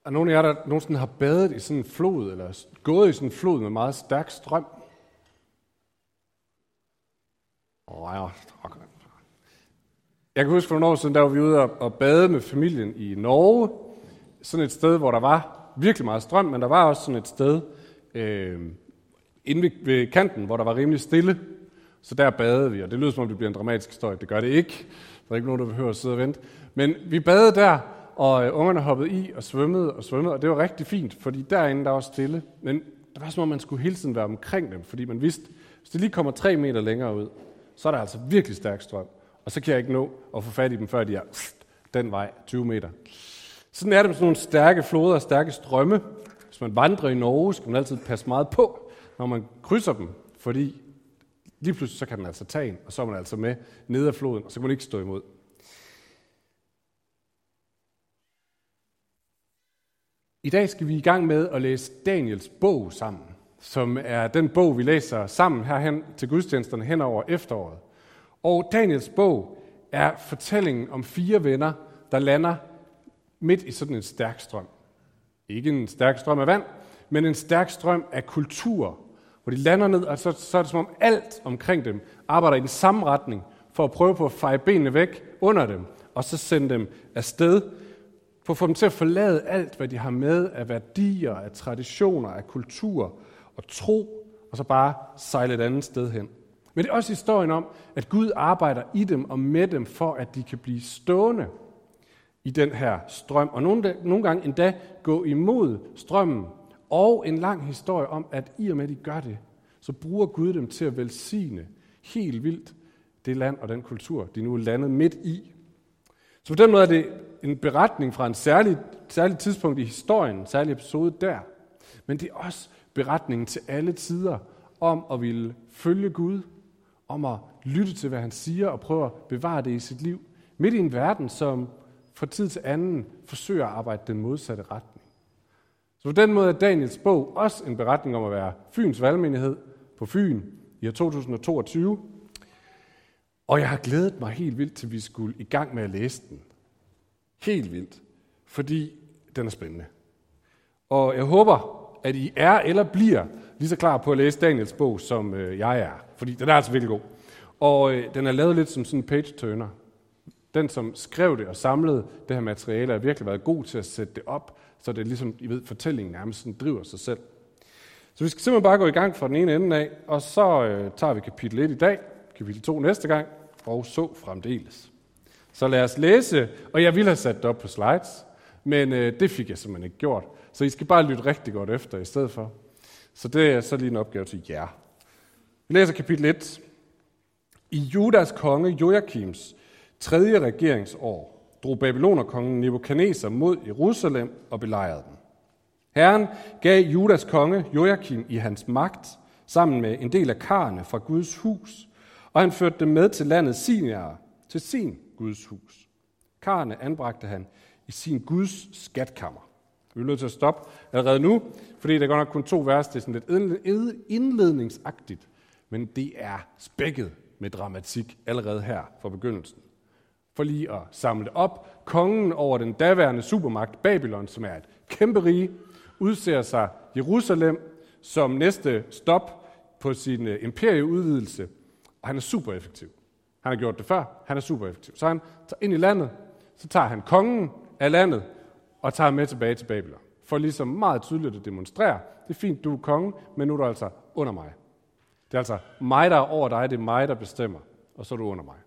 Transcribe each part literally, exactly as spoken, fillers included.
Er nogen af jer, der nogensinde har badet i sådan en flod, eller gået i sådan en flod med meget stærk strøm? Oh, ja. Okay. Jeg kan huske for nogle år siden, der var vi ude og, og bade med familien i Norge. Sådan et sted, hvor der var virkelig meget strøm, men der var også sådan et sted øh, inde ved, ved kanten, hvor der var rimelig stille. Så der badede vi, og det lyder som om det bliver en dramatisk historie. Det gør det ikke. Der er ikke nogen, der behøver at sidde og vente. Men vi badede der, og øh, ungerne hoppede i og svømmede og svømmede, og det var rigtig fint, fordi derinde der var stille. Men det var som om, man skulle hele tiden være omkring dem, fordi man vidste, hvis det lige kommer tre meter længere ud, så er der altså virkelig stærk strøm. Og så kan jeg ikke nå at få fat i dem, før de er den vej, tyve meter. Sådan er det med sådan nogle stærke floder og stærke strømme. Hvis man vandrer i Norge, skal man altid passe meget på, når man krydser dem, fordi lige pludselig så kan den altså tage en, og så er man altså med ned ad floden, og så kan man ikke stå imod. I dag skal vi i gang med at læse Daniels bog sammen, som er den bog, vi læser sammen herhen til gudstjenesterne hen over efteråret. Og Daniels bog er fortællingen om fire venner, der lander midt i sådan en stærk strøm. Ikke en stærk strøm af vand, men en stærk strøm af kultur, hvor de lander ned, og så, så er det som om alt omkring dem arbejder i den samme retning, for at prøve på at feje benene væk under dem, og så sende dem afsted, for at få dem til at forlade alt, hvad de har med af værdier, af traditioner, af kultur og tro, og så bare sejle et andet sted hen. Men det er også historien om, at Gud arbejder i dem og med dem, for at de kan blive stående i den her strøm, og nogle, nogle gange endda gå imod strømmen, og en lang historie om, at i og med, at de gør det, så bruger Gud dem til at velsigne helt vildt det land og den kultur, de nu er landet midt i. Så på den måde er det en beretning fra en særlig, særlig tidspunkt i historien, en særlig episode der, men det er også beretningen til alle tider om at ville følge Gud, om at lytte til, hvad han siger, og prøve at bevare det i sit liv, midt i en verden, som fra tid til anden forsøger at arbejde den modsatte retning. Så på den måde er Daniels bog også en beretning om at være Fyns valgmenighed på Fyn i år to tusind og toogtyve. Og jeg har glædet mig helt vildt til, vi skulle i gang med at læse den. Helt vildt, fordi den er spændende. Og jeg håber, at I er eller bliver lige så klar på at læse Daniels bog, som jeg er. Fordi den er altså virkelig god. Og øh, den er lavet lidt som sådan en page-turner. Den, som skrev det og samlede det her materiale, har virkelig været god til at sætte det op, så det er ligesom, I ved, fortællingen nærmest sådan driver sig selv. Så vi skal simpelthen bare gå i gang fra den ene ende af, og så øh, tager vi kapitel et i dag, kapitel to næste gang, og så fremdeles. Så lad os læse, og jeg ville have sat det op på slides, men øh, det fik jeg simpelthen ikke gjort. Så I skal bare lytte rigtig godt efter i stedet for. Så det er så lige en opgave til jer. Vi læser kapitel et. I Judas konge Joakims tredje regeringsår drog Babylonerkongen Nebukadneser mod Jerusalem og belejrede den. Herren gav Judas konge Joakim i hans magt sammen med en del af karrene fra Guds hus, og han førte dem med til landet Siniar, til sin Guds hus. Karrene anbragte han i sin Guds skatkammer. Vi er nødt til at stoppe allerede nu, fordi der går nok kun to vers, det er sådan lidt indledningsagtigt, men det er spækket med dramatik allerede her fra begyndelsen. For lige at samle det op, kongen over den daværende supermagt Babylon, som er et kæmpe rige, udser sig Jerusalem som næste stop på sin imperieudvidelse, og han er super effektiv. Han har gjort det før, han er super effektiv. Så han tager ind i landet, så tager han kongen af landet, og tager ham med tilbage til Babylon. For ligesom meget tydeligt at demonstrere, det er fint, du er konge, men nu er du altså under mig. Det er altså mig, der er over dig, det er mig, der bestemmer, og så er du under mig.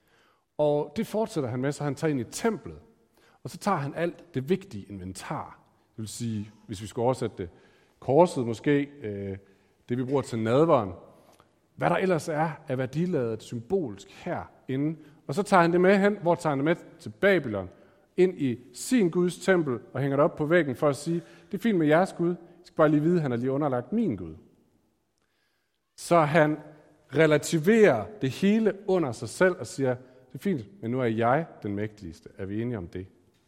Og det fortsætter han med, så han tager ind i templet, og så tager han alt det vigtige inventar. Det vil sige, hvis vi skulle oversætte det, korset måske, øh, det vi bruger til nadveren, hvad der ellers er af værdiladet symbolsk herinde. Og så tager han det med hen, hvor tager han det med til Babylon, ind i sin Guds tempel, og hænger det op på væggen for at sige, det er fint med jeres Gud, jeg skal bare lige vide, at han er lige underlagt min Gud. Så han relativerer det hele under sig selv og siger, det er fint, men nu er jeg den mægtigste. Er vi enige om det?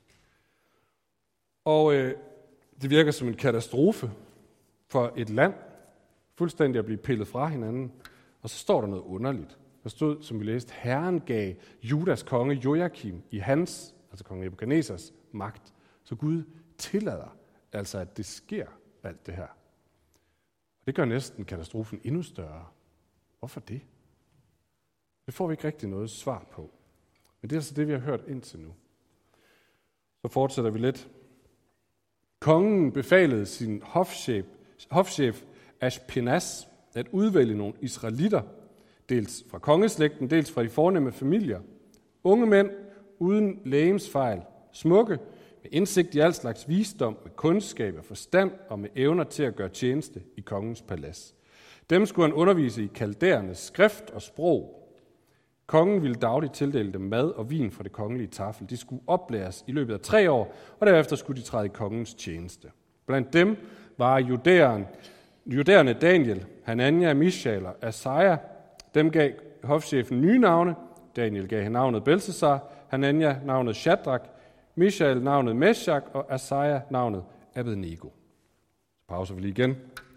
Og øh, det virker som en katastrofe for et land, fuldstændig at blive pillet fra hinanden. Og så står der noget underligt. Der stod, som vi læste, Herren gav Judas konge Joakim i hans, altså konge Nebukadnesers, magt. Så Gud tillader altså, at det sker, alt det her. Og det gør næsten katastrofen endnu større. Hvorfor det? Det får vi ikke rigtig noget svar på. Men det er altså det, vi har hørt indtil nu. Så fortsætter vi lidt. Kongen befalede sin hofchef, hofchef Ashpenaz at udvælge nogle israelitter, dels fra kongeslægten, dels fra de fornemme familier. Unge mænd uden legemsfejl, smukke, med indsigt i al slags visdom, med kundskab og forstand og med evner til at gøre tjeneste i kongens palads. Dem skulle han undervise i kaldæernes skrift og sprog. Kongen ville dagligt tildele dem mad og vin fra det kongelige tafel. De skulle oplæres i løbet af tre år, og derefter skulle de træde i kongens tjeneste. Blandt dem var judæeren, judæerne Daniel, Hanania, Mishael og Asaja. Dem gav hofchefen nye navne. Daniel gav navnet Belshazzar, Hanania navnet Shadrach, Mishael navnet Meshach og Asaja navnet Abednego. Så pauser vi lige igen.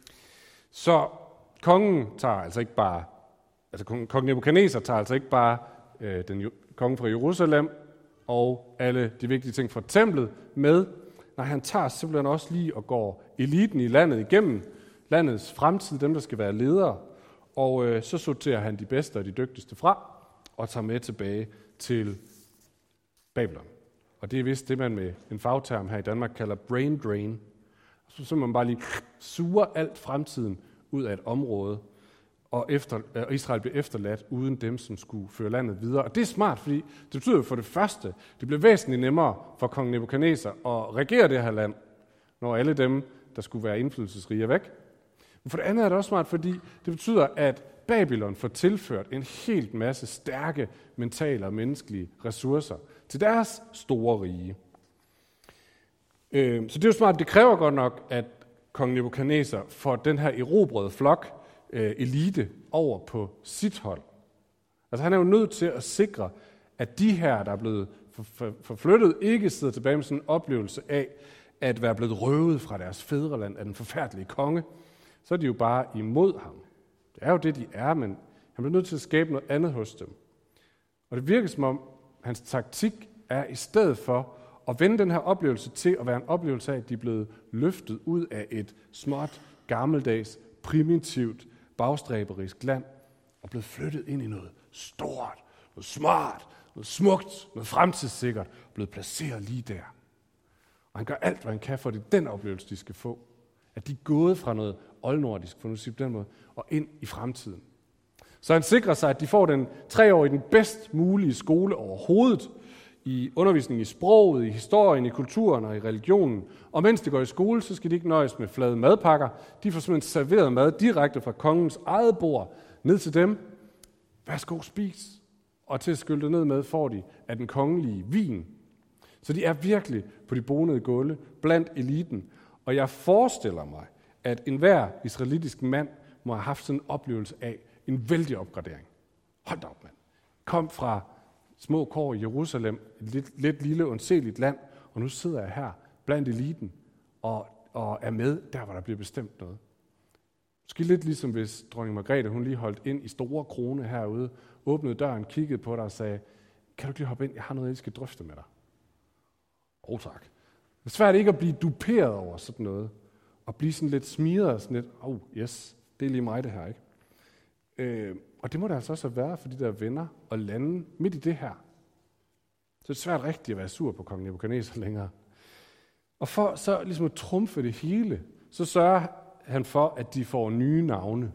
Så kongen tager altså ikke bare, altså kong Nebukadneser tager altså ikke bare øh, den kongen fra Jerusalem og alle de vigtige ting fra templet med. Nej, han tager simpelthen også lige og går eliten i landet igennem, landets fremtid, dem der skal være ledere, og øh, så sorterer han de bedste og de dygtigste fra og tager med tilbage til Babylon. Og det er vist det, man med en fagterm her i Danmark kalder brain drain. Så, så man bare lige suger alt fremtiden ud af et område, og efter, øh, Israel bliver efterladt uden dem, som skulle føre landet videre. Og det er smart, fordi det betyder for det første, det bliver væsentligt nemmere for kong Nebukadneser at regere det her land, når alle dem, der skulle være indflydelsesrige, er væk. Men for det andet er det også smart, fordi det betyder, at Babylon får tilført en helt masse stærke mentale og menneskelige ressourcer til deres store rige. Så det er jo smart. Det kræver godt nok, at kong Nebukadneser får den her erobrede flok, elite, over på sit hold. Altså han er jo nødt til at sikre, at de her, der er blevet forflyttet, ikke sidder tilbage med sådan en oplevelse af at være blevet røvet fra deres fædreland af den forfærdelige konge. Så er de jo bare imod ham. Det er jo det, de er, men han bliver nødt til at skabe noget andet hos dem. Og det virker som om, hans taktik er i stedet for at vende den her oplevelse til at være en oplevelse af, at de er blevet løftet ud af et småt, gammeldags, primitivt, bagstræberisk land og blevet flyttet ind i noget stort, noget smart, noget smukt, noget fremtidssikkert, og blevet placeret lige der. Og han gør alt, hvad han kan for, det den oplevelse, de skal få. At de er gået fra noget oldnordisk, for nu at sige på den måde, og ind i fremtiden. Så han sikrer sig, at de får den tre år i den bedst mulige skole overhovedet, i undervisning i sproget, i historien, i kulturen og i religionen. Og mens de går i skole, så skal de ikke nøjes med flade madpakker. De får simpelthen serveret mad direkte fra kongens eget bord ned til dem. Værsgo, spis. Og til at skylde det ned med får de af den kongelige vin. Så de er virkelig på de bonede gulve blandt eliten. Og jeg forestiller mig, at enhver israelitisk mand må have haft sådan en oplevelse af en vældig opgradering. Hold da op, mand. Kom fra små kår i Jerusalem, et lidt, lidt lille, undseligt land, og nu sidder jeg her blandt eliten og, og er med der, hvor der bliver bestemt noget. Måske lidt ligesom hvis dronning Margrethe, hun lige holdt ind i store krone herude, åbnede døren, kiggede på dig og sagde, kan du ikke lige hoppe ind, jeg har noget, jeg skal drøfte med dig. Åh oh, tak. Det er svært ikke at blive duperet over sådan noget, og blive sådan lidt smiret og sådan lidt, åh oh, yes, det er lige mig det her, ikke? Øh, og det må der altså også have været for de der venner og lande midt i det her. Så det er svært rigtigt at være sur på kong Nebukadneser længere. Og for så ligesom at trumfe det hele, så sørger han for, at de får nye navne.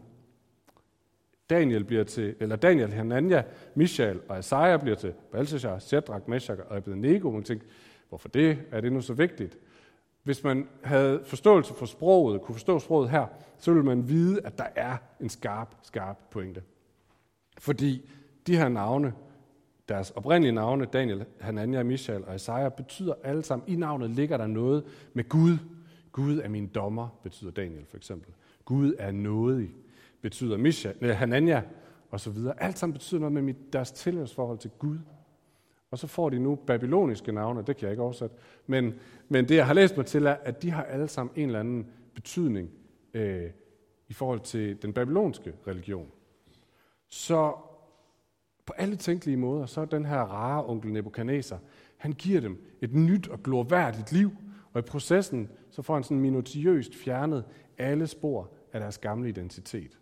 Daniel bliver til, eller Daniel, Hanania, Mishael og Asaja bliver til Belshazzar, Shadrach, Meshach og Abednego. Man tænkte, hvorfor det? Er det nu så vigtigt? Hvis man havde forståelse for sproget, kunne forstå sproget her, så ville man vide, at der er en skarp, skarp pointe. Fordi de her navne, deres oprindelige navne, Daniel, Hanania, Mishael og Asaja, betyder alle sammen, i navnet ligger der noget med Gud. Gud er min dommer, betyder Daniel for eksempel. Gud er nådig, betyder Mishael, Hanania og så videre. Alt sammen betyder noget med deres tilhørsforhold til Gud. Og så får de nu babyloniske navne, det kan jeg ikke oversætte, men, men det jeg har læst mig til er, at de har alle sammen en eller anden betydning øh, i forhold til den babylonske religion. Så på alle tænkelige måder, så er den her rare onkel Nebukadneser, han giver dem et nyt og glorværdigt liv, Og i processen, så får han sådan minutiøst fjernet alle spor af deres gamle identitet.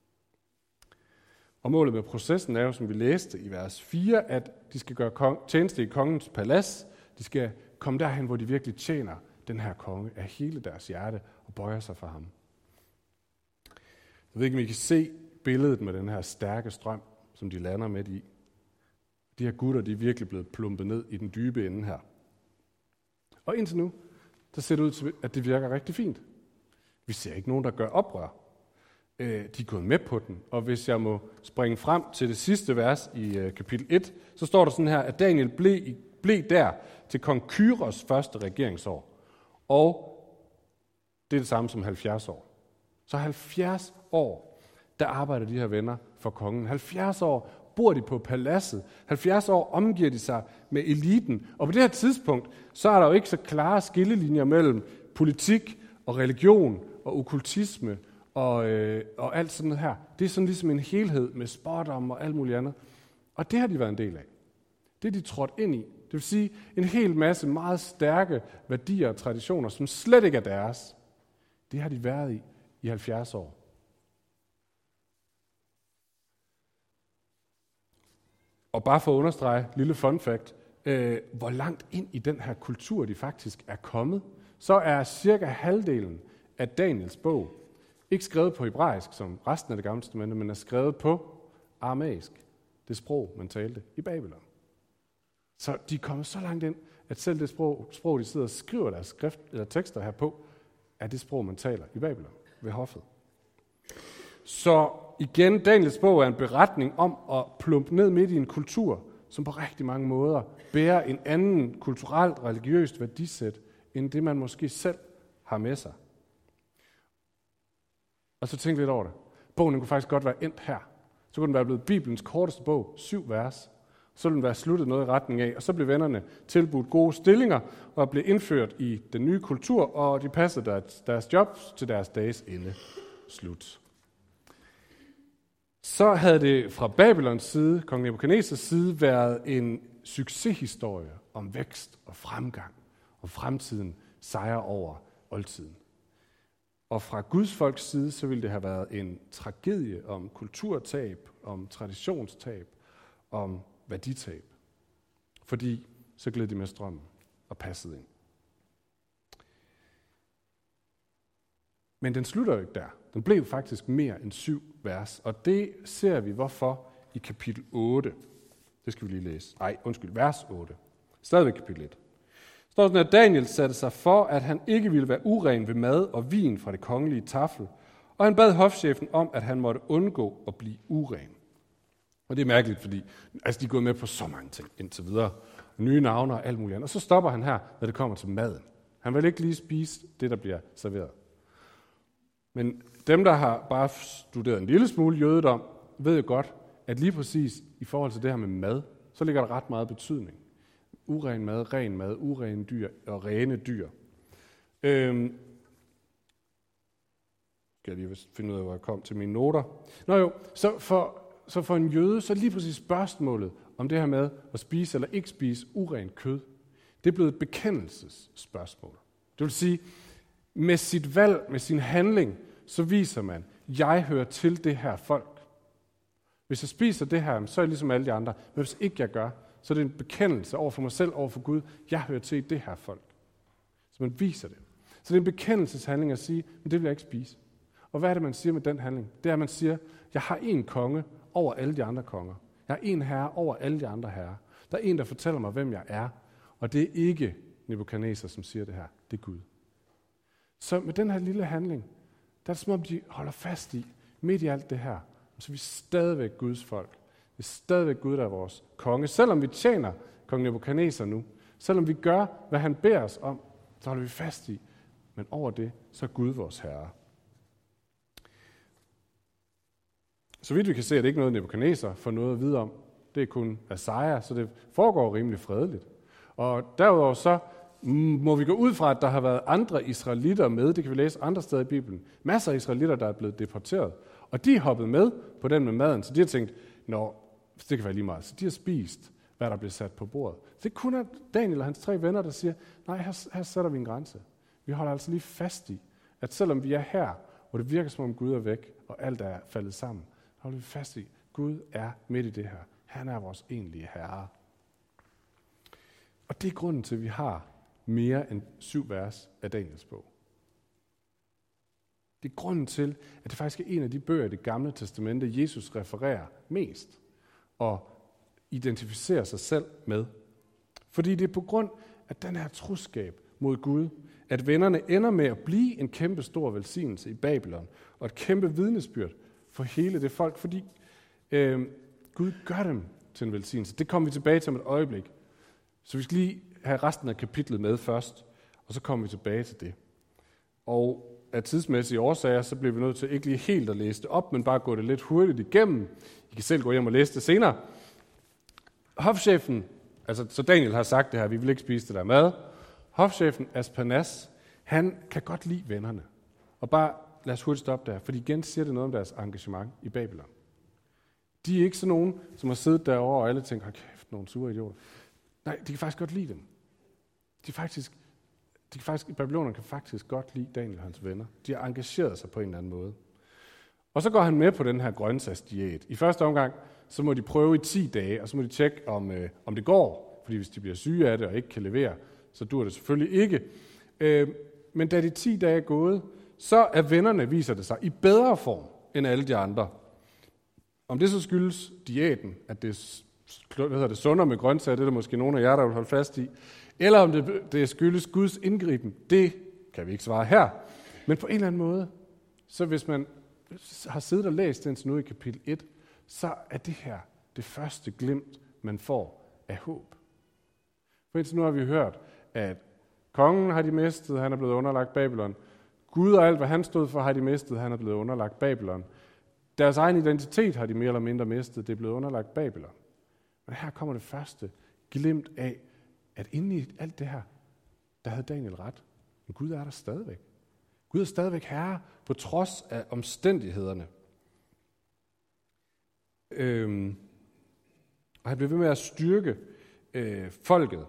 Og målet med processen er jo, som vi læste i vers fire, at de skal gøre kong, tjeneste i kongens palads. De skal komme derhen, hvor de virkelig tjener den her konge af hele deres hjerte og bøjer sig for ham. Jeg ved ikke, om I kan se billedet med den her stærke strøm, som de lander midt i. De her gutter, de er virkelig blevet plumpet ned i den dybe ende her. Og indtil nu, der ser det ud til, at det virker rigtig fint. Vi ser ikke nogen, der gør oprør. De er gået med på den. Og hvis jeg må springe frem til det sidste vers i kapitel et, så står der sådan her, at Daniel blev, blev der til kong Kyros første regeringsår. Og det er det samme som halvfjerds år. Så halvfjerds år, der arbejder de her venner for kongen. halvfjerds år bor de på paladset. halvfjerds år omgiver de sig med eliten. Og på det her tidspunkt, så er der jo ikke så klare skillelinjer mellem politik og religion og okkultisme og, øh, og alt sådan noget her. Det er sådan ligesom en helhed med spådom og alt muligt andet. Og det har de været en del af. Det er de trådt ind i. Det vil sige en hel masse meget stærke værdier og traditioner, som slet ikke er deres. Det har de været i i halvfjerds år. Og bare for at understrege, lille fun fact, øh, hvor langt ind i den her kultur de faktisk er kommet, så er cirka halvdelen af Daniels bog ikke skrevet på hebraisk, som resten af det gamle testamente, men er skrevet på aramæisk, det sprog, man talte i Babylon. Så de er kommet så langt ind, at selv det sprog, sprog de sidder og skriver deres skrift, eller tekster her på, er det sprog, man taler i Babylon ved hoffet. Så igen, Daniels bog er en beretning om at plumpe ned midt i en kultur, som på rigtig mange måder bærer en anden kulturelt, religiøst værdisæt, end det man måske selv har med sig. Og så tænk lidt over det. Bogen kunne faktisk godt være endt her. Så kunne den være blevet Bibelens korteste bog, syv vers. Så ville den være sluttet noget i retning af, og så blev vennerne tilbudt gode stillinger og blev indført i den nye kultur, og de passede deres, deres jobs til deres dages ende. Slut. Så havde det fra Babylons side, kong Nebukadnesars side, været en succeshistorie om vækst og fremgang, og fremtiden sejre over oldtiden. Og fra Guds folks side, så ville det have været en tragedie om kulturtab, om traditionstab, om værditab. Fordi så gled de med strømmen og passede ind. Men den slutter jo ikke der. Den blev faktisk mere end syv vers, og det ser vi hvorfor i kapitel otte. Det skal vi lige læse. Nej, undskyld, vers otte. Stadigvæk kapitel et. Der står sådan, at Daniel satte sig for, at han ikke ville være uren ved mad og vin fra det kongelige tafel, og han bad hofchefen om, at han måtte undgå at blive uren. Og det er mærkeligt, fordi altså, de er gået med på så mange ting indtil videre. Nye navne og alt muligt andet. Og så stopper han her, når det kommer til maden. Han vil ikke lige spise det, der bliver serveret. Men dem, der har bare studeret en lille smule jødedom, ved jo godt, at lige præcis i forhold til det her med mad, så ligger der ret meget betydning. Uren mad, ren mad, urene dyr og rene dyr. Øhm. Skal jeg lige finde ud af, hvor jeg kom til mine noter. Nå jo, så for, så for en jøde, så lige præcis spørgsmålet om det her med at spise eller ikke spise uren kød, det er blevet et bekendelsesspørgsmål. Det vil sige, med sit valg, med sin handling, så viser man, jeg hører til det her folk. Hvis jeg spiser det her, så er jeg ligesom alle de andre. Men hvis ikke jeg gør, så er det en bekendelse over for mig selv, over for Gud. Jeg hører til det her folk. Så man viser det. Så det er en bekendelseshandling at sige, men det vil jeg ikke spise. Og hvad er det, man siger med den handling? Det er, at man siger, jeg har en konge over alle de andre konger. Jeg har en herre over alle de andre herrer. Der er en, der fortæller mig, hvem jeg er. Og det er ikke Nebukadnesar, som siger det her. Det er Gud. Så med den her lille handling, der er det som om, de holder fast i, midt i alt det her, så er vi stadigvæk Guds folk. Det er stadigvæk Gud, der er vores konge. Selvom vi tjener kong Nebukadnesar nu, selvom vi gør, hvad han beder os om, så holder vi fast i. Men over det, så er Gud vores herre. Så vidt vi kan se, at det ikke er noget, Nebukadnesar får noget at vide om. Det er kun Asaja, så det foregår rimelig fredeligt. Og derudover så må vi gå ud fra, at der har været andre israelitter med. Det kan vi læse andre steder i Bibelen. Masser af israelitter, der er blevet deporteret. Og de er hoppet med på den med maden, så de har tænkt, nå, det kan være lige meget. Så de har spist hvad der bliver sat på bordet. Det er kun Daniel og hans tre venner, der siger, nej, her, her sætter vi en grænse. Vi holder altså lige fast i, at selvom vi er her, hvor det virker som om Gud er væk, og alt er faldet sammen, så holder vi fast i, Gud er midt i det her. Han er vores egentlige herre. Og det er grunden til, at vi har mere end syv vers af Daniels bog. Det er grunden til, at det faktisk er en af de bøger i Det Gamle Testamente, Jesus refererer mest og identificerer sig selv med. Fordi det er på grund af den her troskab mod Gud, at vennerne ender med at blive en kæmpe stor velsignelse i Babylon, og et kæmpe vidnesbyrd for hele det folk, fordi øh, Gud gør dem til en velsignelse. Det kommer vi tilbage til om et øjeblik. Så vi skal lige have resten af kapitlet med først, og så kommer vi tilbage til det. Og af tidsmæssige årsager, så bliver vi nødt til ikke lige helt at læse det op, men bare gå det lidt hurtigt igennem. I kan selv gå hjem og læse det senere. Hofchefen, altså så Daniel har sagt det her, vi vil ikke spise det der mad. Hofchefen Aspanas, han kan godt lide vennerne. Og bare lad os hurtigt stoppe der, for igen siger det noget om deres engagement i Babylon. De er ikke sådan nogen, som har siddet derovre, og alle tænker, hold kæft, nogle sure idioter. Nej, de kan faktisk godt lide dem. De, faktisk, de kan faktisk, Babylonerne kan faktisk godt lide Daniel og hans venner. De har engageret sig på en eller anden måde. Og så går han med på den her grøntsagsdiæt. I første omgang, så må de prøve i ti dage, og så må de tjekke, om, øh, om det går. Fordi hvis de bliver syge af det og ikke kan levere, så dur det selvfølgelig ikke. Øh, men da de ti dage er gået, så er vennerne, viser det sig, i bedre form end alle de andre. Om det så skyldes diæten, at det, hvad hedder det sundere med grøntsager, det er der måske nogle af jer, der vil holde fast i, eller om det, det skyldes Guds indgriben, det kan vi ikke svare her. Men på en eller anden måde, så hvis man har siddet og læst indtil nu i kapitel et, så er det her det første glimt, man får af håb. For indtil nu har vi hørt, at kongen har de mistet, han er blevet underlagt Babylon. Gud og alt, hvad han stod for, har de mistet, han er blevet underlagt Babylon. Deres egen identitet har de mere eller mindre mistet, det er blevet underlagt Babylon. Men her kommer det første glimt af, at inde i alt det her, der havde Daniel ret. Men Gud er der stadigvæk. Gud er stadigvæk herre på trods af omstændighederne. Øhm, og han bliver ved med at styrke øh, folket.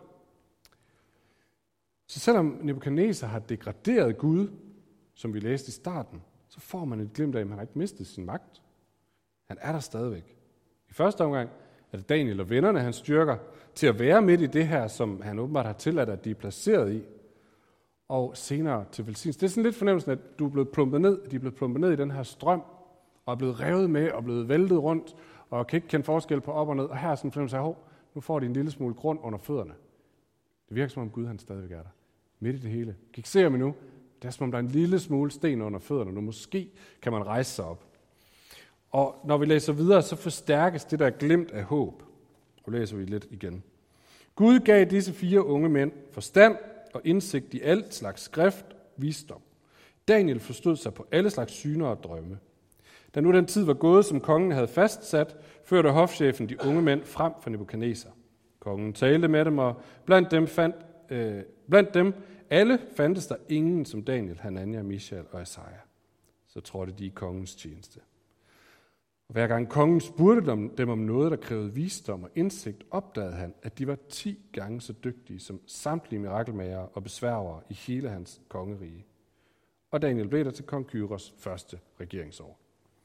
Så selvom Nebukadnesar har degraderet Gud, som vi læste i starten, så får man et glimt af, at han har ikke mistet sin magt. Han er der stadigvæk. I første omgang er det Daniel og vennerne, han styrker til at være midt i det her, som han åbenbart har tilladt, at de er placeret i. Og senere til velsignelse. Det er sådan lidt fornemmelsen, at du er blevet plumpet ned, de er blevet plumpet ned i den her strøm, og er blevet revet med, og blevet væltet rundt, og kan ikke kende forskel på op og ned. Og her er sådan en fornemmelse af, hov, nu får de en lille smule grund under fødderne. Det virker som om Gud, han stadigvæk er der. Midt i det hele. Kan ikke se ham endnu? Det er som om, der er en lille smule sten under fødderne. Nu måske kan man rejse sig op. Og når vi læser videre, så forstærkes det der glimt af håb. Og læser vi lidt igen. Gud gav disse fire unge mænd forstand og indsigt i alt slags skrift, visdom. Daniel forstod sig på alle slags syner og drømme. Da nu den tid var gået, som kongen havde fastsat, førte hofchefen de unge mænd frem for Nebukadnesar. Kongen talte med dem, og blandt dem, fandt, øh, blandt dem alle fandtes der ingen som Daniel, Hanania, Mishael og Asaja. Så trådte de i kongens tjeneste. Og hver gang kongen spurgte dem om noget, der krævede visdom og indsigt, opdagede han, at de var ti gange så dygtige som samtlige mirakelmagere og besværgere i hele hans kongerige. Og Daniel blev der til kong Kyros første regeringsår.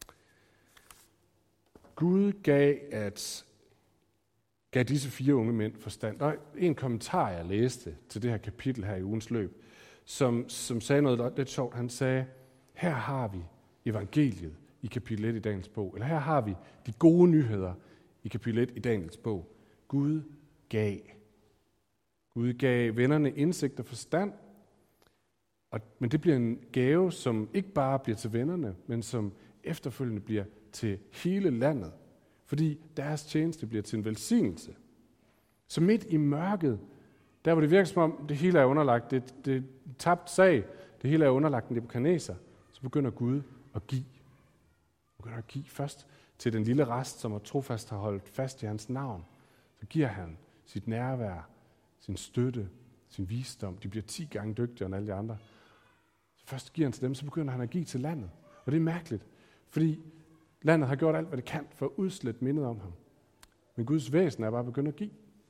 Gud gav, at, gav disse fire unge mænd forstand. Der er en kommentar, jeg læste til det her kapitel her i ugens løb, som, som sagde noget lidt sjovt. Han sagde, her har vi evangeliet i kapitel et i Daniels bog. Eller her har vi de gode nyheder i kapitel et i Daniels bog. Gud gav. Gud gav vennerne indsigt og forstand. Og, men det bliver en gave, som ikke bare bliver til vennerne, men som efterfølgende bliver til hele landet. Fordi deres tjeneste bliver til en velsignelse. Så midt i mørket, der hvor det virker som om det hele er underlagt, det, det er tabt sag, det hele er underlagt en Nebukadnesar, så begynder Gud at give. begynder at give først til den lille rest, som er trofast har holdt fast i hans navn. Så giver han sit nærvær, sin støtte, sin visdom. De bliver ti gange dygtigere end alle de andre. Så først giver han til dem, så begynder han at give til landet. Og det er mærkeligt, fordi landet har gjort alt, hvad det kan for at udslette mindet om ham. Men Guds væsen er bare begyndt at give.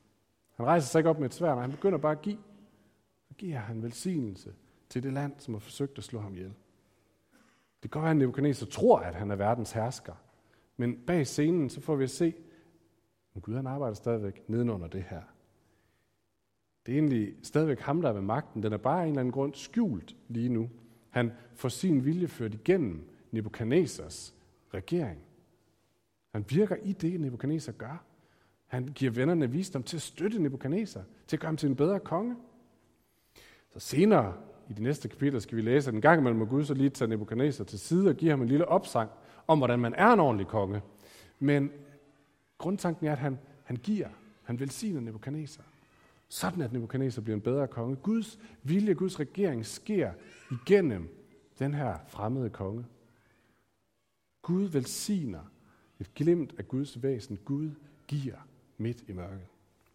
Han rejser sig ikke op med et sværd, men han begynder bare at give. Så giver han velsignelse til det land, som har forsøgt at slå ham ihjel. Det kan godt være, at Nebukadnesar tror, at han er verdens hersker. Men bag scenen, så får vi at se, at Gud han arbejder stadigvæk nedenunder det her. Det er egentlig stadigvæk ham, der er ved magten. Den er bare af en eller anden grund skjult lige nu. Han får sin vilje ført igennem Nebukadnesars regering. Han virker i det, Nebukadnesar gør. Han giver vennerne visdom til at støtte Nebukadnesar, til at gøre ham til en bedre konge. Så senere i de næste kapitler skal vi læse, at en gang imellem må Gud så lige tage Nebukadnesar til side og give ham en lille opsang om, hvordan man er en ordentlig konge. Men grundtanken er, at han, han giver, han velsigner Nebukadnesar. Sådan at Nebukadnesar bliver en bedre konge. Guds vilje, Guds regering sker igennem den her fremmede konge. Gud velsigner et glimt af Guds væsen. Gud giver midt i mørket.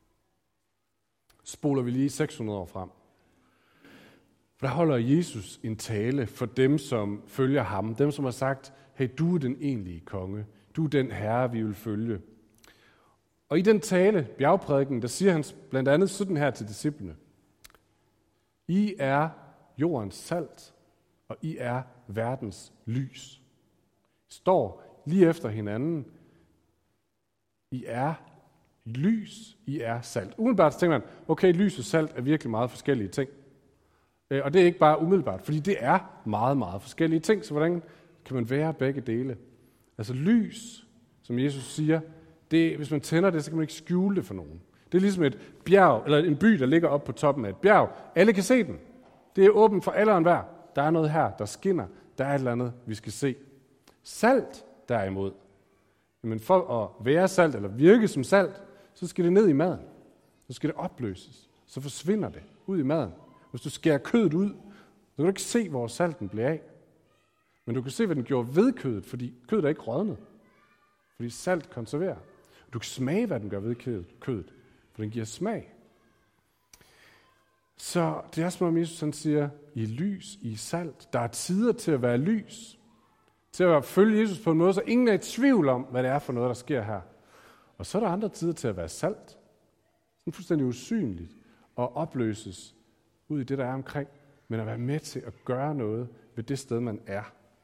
Spoler vi lige seks hundrede år frem. Der holder Jesus en tale for dem, som følger ham. Dem, som har sagt, hey, du er den egentlige konge. Du er den herre, vi vil følge. Og i den tale, bjergprædiken, der siger han blandt andet sådan her til disciplene. I er jordens salt, og I er verdens lys. Står lige efter hinanden. I er lys, I er salt. Umiddelbart tænker man, okay, lys og salt er virkelig meget forskellige ting. Og det er ikke bare umiddelbart, fordi det er meget, meget forskellige ting. Så hvordan kan man være begge dele? Altså lys, som Jesus siger, det, hvis man tænder det, så kan man ikke skjule det for nogen. Det er ligesom et bjerg, eller en by, der ligger oppe på toppen af et bjerg. Alle kan se den. Det er åbent for alle og enhver. Der er noget her, der skinner. Der er et eller andet, vi skal se. Salt, derimod. Men for at være salt, eller virke som salt, så skal det ned i maden. Så skal det opløses. Så forsvinder det ud i maden. Hvis du skærer kødet ud, så kan du ikke se, hvor salten bliver af. Men du kan se, hvad den gjorde ved kødet, fordi kødet er ikke rådnet. Fordi salt konserverer. Du kan smage, hvad den gør ved kødet, for den giver smag. Så det er som om Jesus han siger, I lys, I salt. Der er tider til at være lys. Til at følge Jesus på en måde, så ingen er i tvivl om, hvad det er for noget, der sker her. Og så er der andre tider til at være salt. Sådan fuldstændig usynligt og opløses ud i det, der er omkring, men at være med til at gøre noget ved det sted, man er.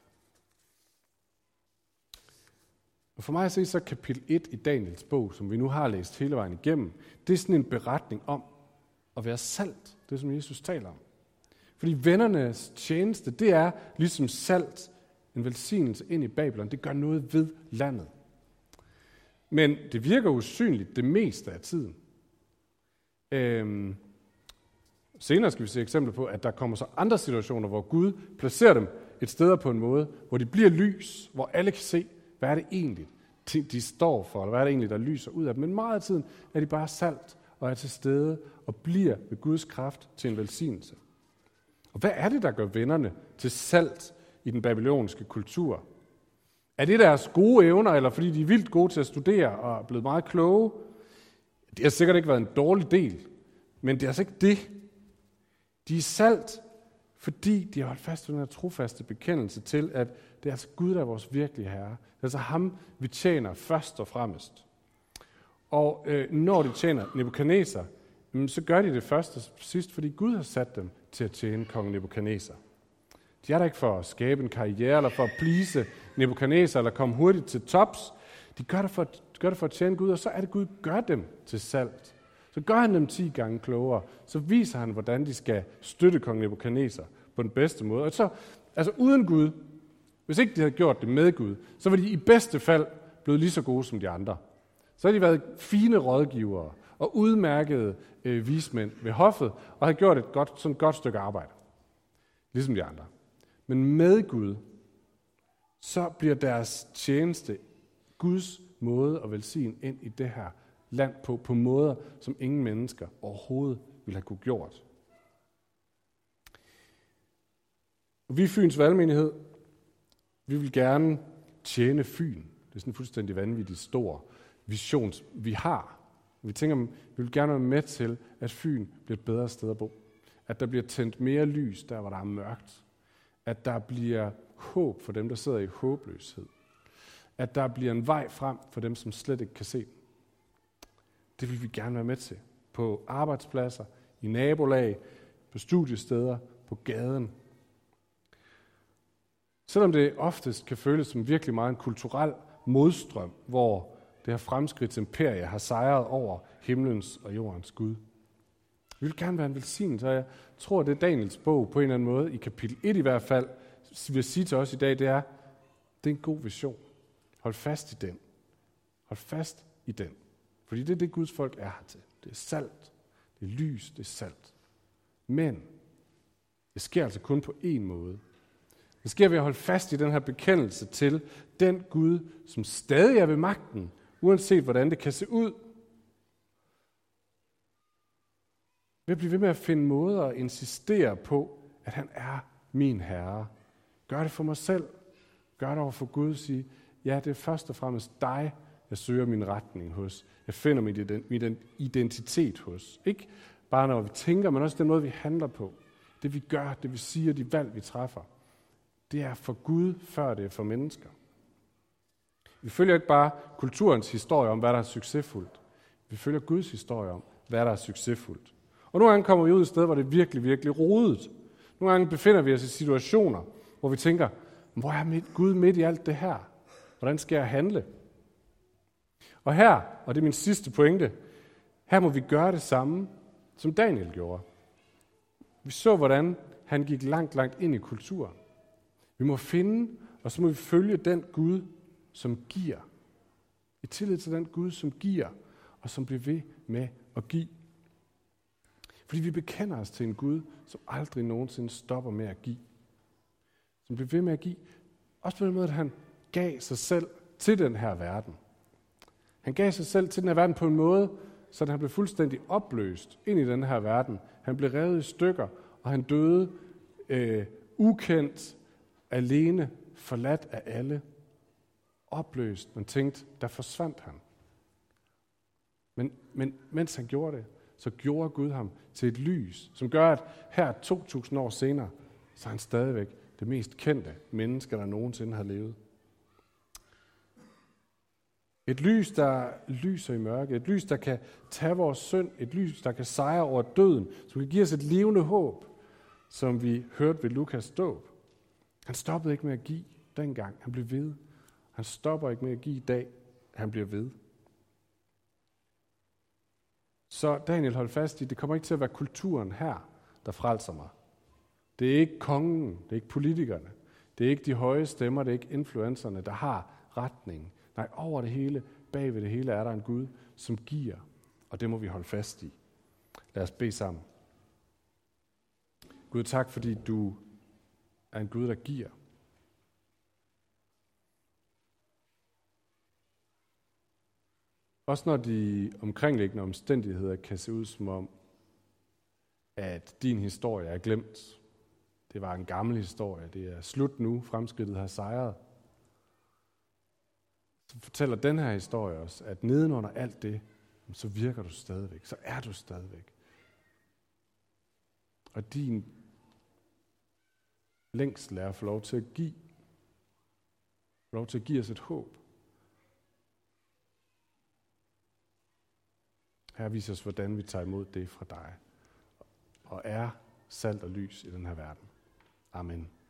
Og for mig at se, så kapitel et i Daniels bog, som vi nu har læst hele vejen igennem, det er sådan en beretning om at være salt, det som Jesus taler om. Fordi vennernes tjeneste, det er ligesom salt, en velsignelse ind i Babylon. Det gør noget ved landet. Men det virker usynligt det meste af tiden. Øhm, senere skal vi se eksempler på, at der kommer så andre situationer, hvor Gud placerer dem et sted på en måde, hvor de bliver lys, hvor alle kan se, hvad er det egentlig, de står for, eller hvad er det egentlig, der lyser ud af dem. Men meget af tiden er de bare salt og er til stede og bliver ved Guds kraft til en velsignelse. Og hvad er det, der gør vennerne til salt i den babylonske kultur? Er det deres gode evner, eller fordi de er vildt gode til at studere og er blevet meget kloge? Det har sikkert ikke været en dårlig del, men det er altså ikke det. De er salt, fordi de har holdt fast ved den her trofaste bekendelse til, at det er altså Gud, der er vores virkelige herre. Det er altså ham, vi tjener først og fremmest. Og øh, når de tjener Nebukadnesar, så gør de det først og sidst, fordi Gud har sat dem til at tjene kongen Nebukadnesar. De er der ikke for at skabe en karriere, eller for at please Nebukadnesar, eller komme hurtigt til tops. De gør det, for, de gør det for at tjene Gud, og så er det Gud, gør dem til salt. Så gør han dem ti gange klogere. Så viser han, hvordan de skal støtte kongen Nebukadnesar på den bedste måde. Og så, altså uden Gud, hvis ikke de havde gjort det med Gud, så var de i bedste fald blevet lige så gode som de andre. Så har de været fine rådgivere og udmærkede øh, vismænd ved hoffet, og har gjort et godt, sådan et godt stykke arbejde. Ligesom de andre. Men med Gud, så bliver deres tjeneste Guds måde at velsigne ind i det her land på, på måder, som ingen mennesker overhovedet ville have kunne gjort. Og vi i Fyns Valgmenighed, vi vil gerne tjene Fyn. Det er sådan en fuldstændig vanvittig stor vision, vi har. Vi tænker, vi vil gerne være med til, at Fyn bliver et bedre sted at bo. At der bliver tændt mere lys, der hvor der er mørkt. At der bliver håb for dem, der sidder i håbløshed. At der bliver en vej frem for dem, som slet ikke kan se den. Det vil vi gerne være med til. på arbejdspladser, i nabolag, på studiesteder, på gaden. Selvom det oftest kan føles som virkelig meget en kulturel modstrøm, hvor det her fremskridtsimperie har sejret over himlens og jordens Gud. Vi vil gerne være en velsignelse, og jeg tror, at det Daniels bog på en eller anden måde, i kapitel et i hvert fald, vil sige til os i dag, det er, det er en god vision. Hold fast i den. Hold fast i den. Fordi det er det, Guds folk er her til. Det er salt, det er lys, det er salt. Men det sker altså kun på én måde. Det sker ved at holde fast i den her bekendelse til den Gud, som stadig er ved magten, uanset hvordan det kan se ud. Ved at blive ved med at finde måder at insistere på, at han er min herre. Gør det for mig selv. Gør det over for Gud og sige, ja, det er først og fremmest dig, jeg søger min retning hos. Jeg finder min identitet hos. Ikke bare når vi tænker, men også den måde, vi handler på. Det vi gør, det vi siger, de valg, vi træffer. Det er for Gud, før det er for mennesker. Vi følger ikke bare kulturens historie om, hvad der er succesfuldt. Vi følger Guds historie om, hvad der er succesfuldt. Og nogle gange kommer vi ud et sted, hvor det er virkelig, virkelig rodet. Nogle gange befinder vi os i situationer, hvor vi tænker, hvor er mit Gud midt i alt det her? Hvordan skal jeg handle? Og her, og det er min sidste pointe, her må vi gøre det samme, som Daniel gjorde. Vi så, hvordan han gik langt, langt ind i kulturen. Vi må finde, og så må vi følge den Gud, som giver. I tillid til den Gud, som giver, og som bliver ved med at give. Fordi vi bekender os til en Gud, som aldrig nogensinde stopper med at give. Som bliver ved med at give. Også på den måde, at han gav sig selv til den her verden. Han gav sig selv til den her verden på en måde, så han blev fuldstændig opløst ind i den her verden. Han blev revet i stykker, og han døde øh, ukendt, alene, forladt af alle. Opløst. Man tænkte, der forsvandt han. Men, men mens han gjorde det, så gjorde Gud ham til et lys, som gør, at her to tusind år senere, så er han stadigvæk det mest kendte menneske, der nogensinde har levet. Et lys, der lyser i mørke. Et lys, der kan tage vores synd. Et lys, der kan sejre over døden. Som kan give os et levende håb, som vi hørte ved Lukas dåb. Han stoppede ikke med at give dengang. Han blev ved. Han stopper ikke med at give i dag. Han bliver ved. Så Daniel, hold fast i, det kommer ikke til at være kulturen her, der frelser mig. Det er ikke kongen, det er ikke politikerne, det er ikke de høje stemmer, det er ikke influencerne, der har retningen. Nej, over det hele, bag ved det hele, er der en Gud, som giver, og det må vi holde fast i. Lad os bede sammen. Gud, tak fordi du er en Gud, der giver. Også når de omkringliggende omstændigheder kan se ud som om, at din historie er glemt. Det var en gammel historie. Det er slut nu. Fremskridtet har sejret. Så fortæller den her historie os, at nedenunder alt det, så virker du stadigvæk. Så er du stadigvæk. Og din længsel er at få lov til at give. Få lov til at give os et håb. Her viser os, hvordan vi tager imod det fra dig. Og er salt og lys i den her verden. Amen.